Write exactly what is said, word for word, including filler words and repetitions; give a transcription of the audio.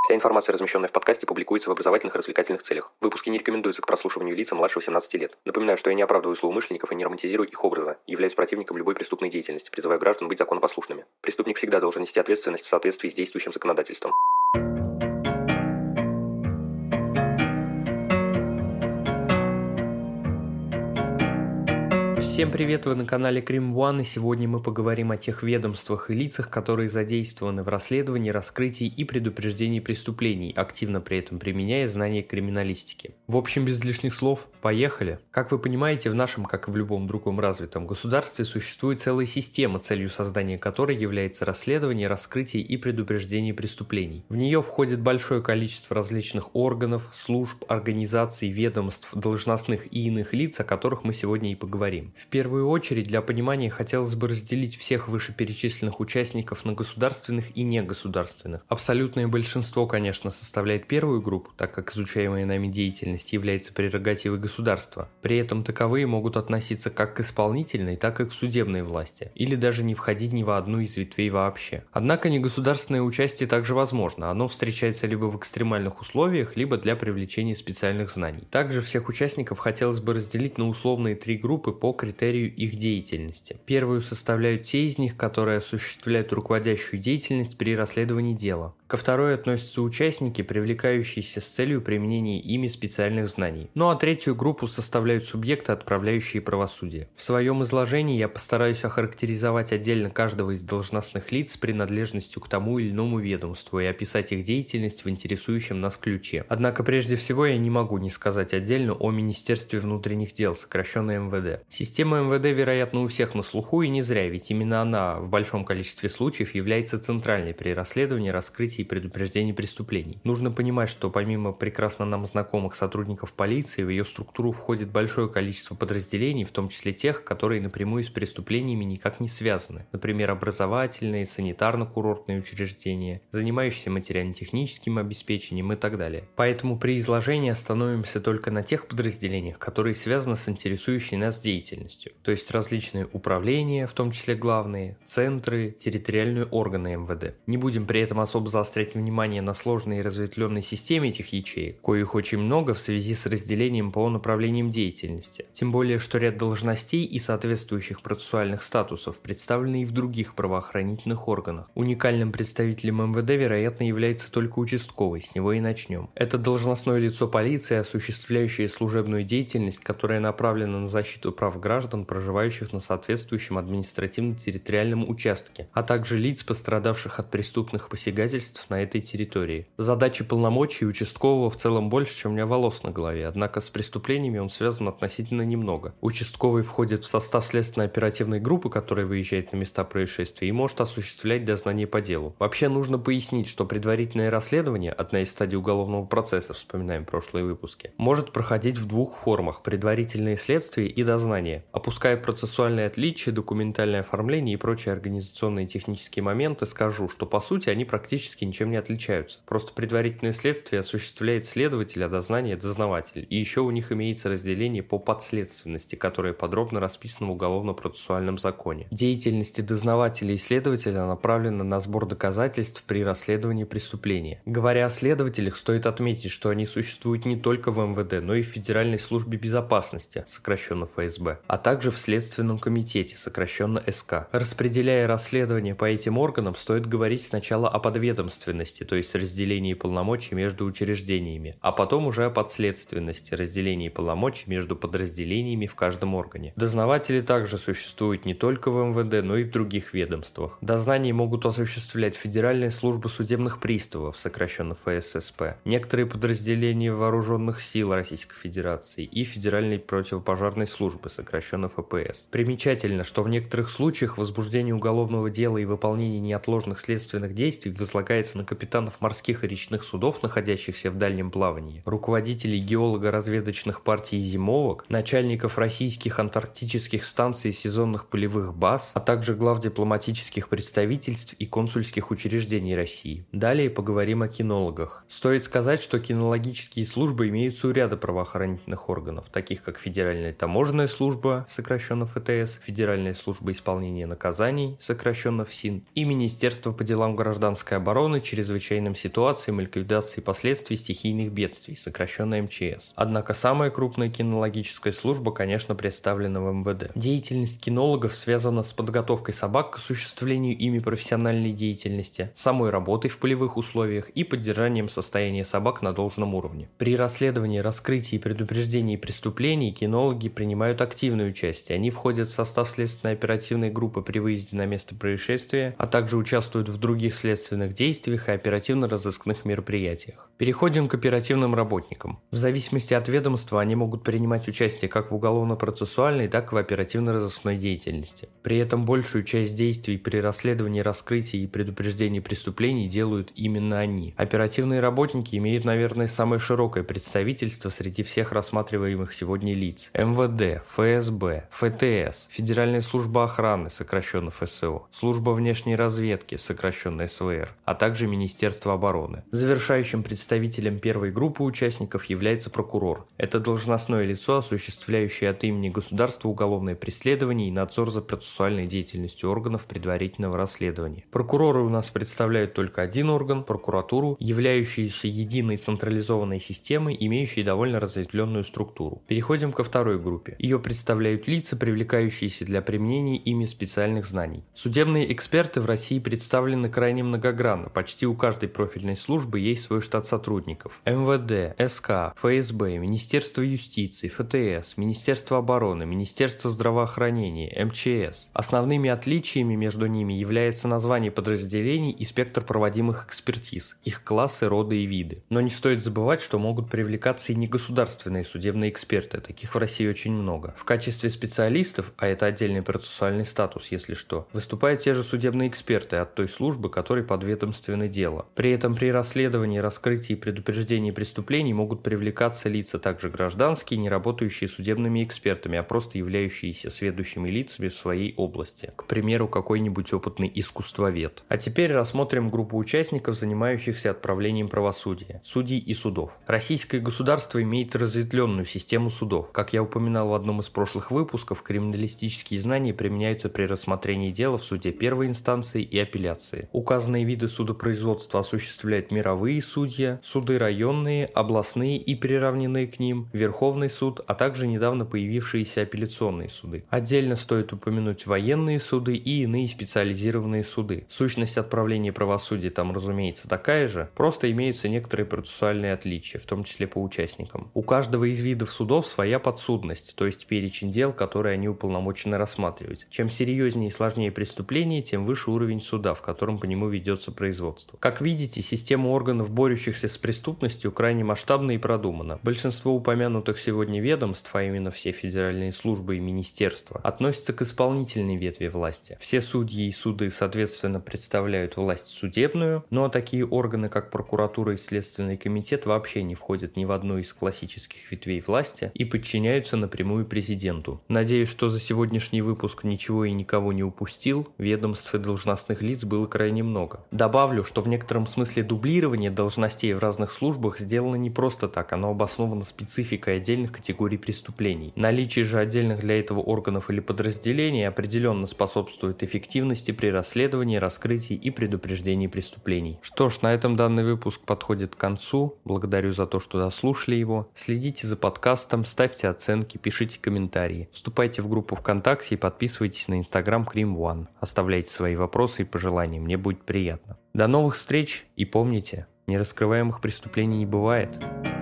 Вся информация, размещенная в подкасте, публикуется в образовательных и развлекательных целях. Выпуски не рекомендуются к прослушиванию лицам младше восемнадцати лет. Напоминаю, что я не оправдываю злоумышленников и не романтизирую их образа, являюсь противником любой преступной деятельности, призываю граждан быть законопослушными. Преступник всегда должен нести ответственность в соответствии с действующим законодательством. Всем привет, вы на канале Крим One, и сегодня мы поговорим о тех ведомствах и лицах, которые задействованы в расследовании, раскрытии и предупреждении преступлений, активно при этом применяя знания криминалистики. В общем, без лишних слов, поехали! Как вы понимаете, в нашем, как и в любом другом развитом государстве, существует целая система, целью создания которой является расследование, раскрытие и предупреждение преступлений. В нее входит большое количество различных органов, служб, организаций, ведомств, должностных и иных лиц, о которых мы сегодня и поговорим. В первую очередь, для понимания хотелось бы разделить всех вышеперечисленных участников на государственных и негосударственных. Абсолютное большинство, конечно, составляет первую группу, так как изучаемая нами деятельность является прерогативой государства. При этом таковые могут относиться как к исполнительной, так и к судебной власти, или даже не входить ни в одну из ветвей вообще. Однако негосударственное участие также возможно, оно встречается либо в экстремальных условиях, либо для привлечения специальных знаний. Также всех участников хотелось бы разделить на условные три группы по критерию их деятельности. Первую составляют те из них, которые осуществляют руководящую деятельность при расследовании дела. Ко второй относятся участники, привлекающиеся с целью применения ими специальных знаний. Ну а третью группу составляют субъекты, отправляющие правосудие. В своем изложении я постараюсь охарактеризовать отдельно каждого из должностных лиц с принадлежностью к тому или иному ведомству и описать их деятельность в интересующем нас ключе. Однако прежде всего я не могу не сказать отдельно о Министерстве внутренних дел, сокращенно эм вэ дэ. Система эм вэ дэ, вероятно, у всех на слуху, и не зря, ведь именно она в большом количестве случаев является центральной при расследовании, раскрытии и предупреждении преступлений. Нужно понимать, что помимо прекрасно нам знакомых сотрудников полиции, в ее структуру входит большое количество подразделений, в том числе тех, которые напрямую с преступлениями никак не связаны. Например, образовательные, санитарно-курортные учреждения, занимающиеся материально-техническим обеспечением и так далее. Поэтому при изложении остановимся только на тех подразделениях, которые связаны с интересующей нас деятельностью, то есть различные управления, в том числе главные, центры, территориальные органы эм вэ дэ. Не будем при этом особо заострять внимание на сложной и разветвленной системе этих ячеек, коих очень много в связи с разделением по направлениям деятельности. Тем более, что ряд должностей и соответствующих процессуальных статусов представлены и в других правоохранительных органах. Уникальным представителем эм вэ дэ, вероятно, является только участковый, с него и начнем. Это должностное лицо полиции, осуществляющее служебную деятельность, которая направлена на защиту прав граждан, проживающих на соответствующем административно-территориальном участке, а также лиц, пострадавших от преступных посягательств на этой территории. Задачи полномочий участкового в целом больше, чем у меня волос на голове, однако с преступлениями он связан относительно немного. Участковый входит в состав следственно-оперативной группы, которая выезжает на места происшествия и может осуществлять дознание по делу. Вообще нужно пояснить, что предварительное расследование, одна из стадий уголовного процесса, вспоминаем прошлые выпуски, может проходить в двух формах: предварительное следствие и дознание. Опуская процессуальные отличия, документальное оформление и прочие организационные и технические моменты, скажу, что по сути они практически ничем не отличаются. Просто предварительное следствие осуществляет следователь, а дознание – дознаватель. И еще у них имеется разделение по подследственности, которое подробно расписано в Уголовно-процессуальном законе. Деятельность дознавателя и следователя направлена на сбор доказательств при расследовании преступления. Говоря о следователях, стоит отметить, что они существуют не только в эм вэ дэ, но и в Федеральной службе безопасности, сокращенно эф эс бэ, а также в Следственном комитете, сокращенно эс ка. Распределяя расследования по этим органам, стоит говорить сначала о подведомственности, то есть разделении полномочий между учреждениями, а потом уже о подследственности, разделении полномочий между подразделениями в каждом органе. Дознаватели также существуют не только в эм вэ дэ, но и в других ведомствах. Дознание могут осуществлять Федеральная служба судебных приставов, сокращенно эф эс эс пэ, некоторые подразделения вооруженных сил Российской Федерации и Федеральной противопожарной службы, сокращенно эф пэ эс. Примечательно, что в некоторых случаях возбуждение уголовного дела и выполнение неотложных следственных действий возлагается на капитанов морских и речных судов, находящихся в дальнем плавании, руководителей геолого-разведочных партий и зимовок, начальников российских антарктических станций и сезонных полевых баз, а также глав дипломатических представительств и консульских учреждений России. Далее поговорим о кинологах. Стоит сказать, что кинологические службы имеются у ряда правоохранительных органов, таких как Федеральная таможенная служба, сокращенно эф тэ эс, Федеральная служба исполнения наказаний, сокращенно эф син, и Министерство по делам гражданской обороны обороны, чрезвычайным ситуациям и ликвидации последствий стихийных бедствий, сокращенно эм че эс. Однако самая крупная кинологическая служба, конечно, представлена в эм вэ дэ. Деятельность кинологов связана с подготовкой собак к осуществлению ими профессиональной деятельности, самой работой в полевых условиях и поддержанием состояния собак на должном уровне. При расследовании, раскрытии и предупреждении преступлений кинологи принимают активное участие. Они входят в состав следственно-оперативной группы при выезде на место происшествия, а также участвуют в других следственных действиях и оперативно-розыскных мероприятиях. Переходим к оперативным работникам. В зависимости от ведомства они могут принимать участие как в уголовно-процессуальной, так и в оперативно-розыскной деятельности. При этом большую часть действий при расследовании, раскрытии и предупреждении преступлений делают именно они. Оперативные работники имеют, наверное, самое широкое представительство среди всех рассматриваемых сегодня лиц. эм вэ дэ, эф эс бэ, эф тэ эс, Федеральная служба охраны, сокращенно эф эс о, Служба внешней разведки, сокращенно эс вэ эр, а также Министерство обороны. Завершающим представителем первой группы участников является прокурор. Это должностное лицо, осуществляющее от имени государства уголовное преследование и надзор за процессуальной деятельностью органов предварительного расследования. Прокуроры у нас представляют только один орган – прокуратуру, являющуюся единой централизованной системой, имеющей довольно разветвленную структуру. Переходим ко второй группе. Ее представляют лица, привлекающиеся для применения ими специальных знаний. Судебные эксперты в России представлены крайне многогранно. Почти у каждой профильной службы есть свой штат сотрудников. эм вэ дэ, эс ка, эф эс бэ, Министерство юстиции, эф тэ эс, Министерство обороны, Министерство здравоохранения, эм че эс. Основными отличиями между ними является название подразделений и спектр проводимых экспертиз, их классы, роды и виды. Но не стоит забывать, что могут привлекаться и негосударственные судебные эксперты, таких в России очень много. В качестве специалистов, а это отдельный процессуальный статус, если что, выступают те же судебные эксперты от той службы, которой подведомственно дело. При этом при расследовании, раскрытии и предупреждении преступлений могут привлекаться лица также гражданские, не работающие судебными экспертами, а просто являющиеся сведущими лицами в своей области. К примеру, какой-нибудь опытный искусствовед. А теперь рассмотрим группу участников, занимающихся отправлением правосудия, судей и судов. Российское государство имеет разветвленную систему судов. Как я упоминал в одном из прошлых выпусков, криминалистические знания применяются при рассмотрении дела в суде первой инстанции и апелляции. Указанные виды судопроизводства осуществляют мировые судьи, суды районные, областные и приравненные к ним, Верховный суд, а также недавно появившиеся апелляционные суды. Отдельно стоит упомянуть военные суды и иные специализированные суды. Сущность отправления правосудия там, разумеется, такая же, просто имеются некоторые процессуальные отличия, в том числе по участникам. У каждого из видов судов своя подсудность, то есть перечень дел, которые они уполномочены рассматривать. Чем серьезнее и сложнее преступление, тем выше уровень суда, в котором по нему ведется производство. Как видите, система органов, борющихся с преступностью, крайне масштабна и продумана. Большинство упомянутых сегодня ведомств, а именно все федеральные службы и министерства, относятся к исполнительной ветви власти. Все судьи и суды, соответственно, представляют власть судебную, но такие органы, как прокуратура и Следственный комитет, вообще не входят ни в одну из классических ветвей власти и подчиняются напрямую президенту. Надеюсь, что за сегодняшний выпуск ничего и никого не упустил, ведомств и должностных лиц было крайне много. Добавлю, что в некотором смысле дублирование должностей в разных службах сделано не просто так, оно обосновано спецификой отдельных категорий преступлений. Наличие же отдельных для этого органов или подразделений определенно способствует эффективности при расследовании, раскрытии и предупреждении преступлений. Что ж, на этом данный выпуск подходит к концу. Благодарю за то, что дослушали его. Следите за подкастом, ставьте оценки, пишите комментарии. Вступайте в группу ВКонтакте и подписывайтесь на Инстаграм Крим One. Оставляйте свои вопросы и пожелания, мне будет приятно. До новых встреч и помните, нераскрываемых преступлений не бывает.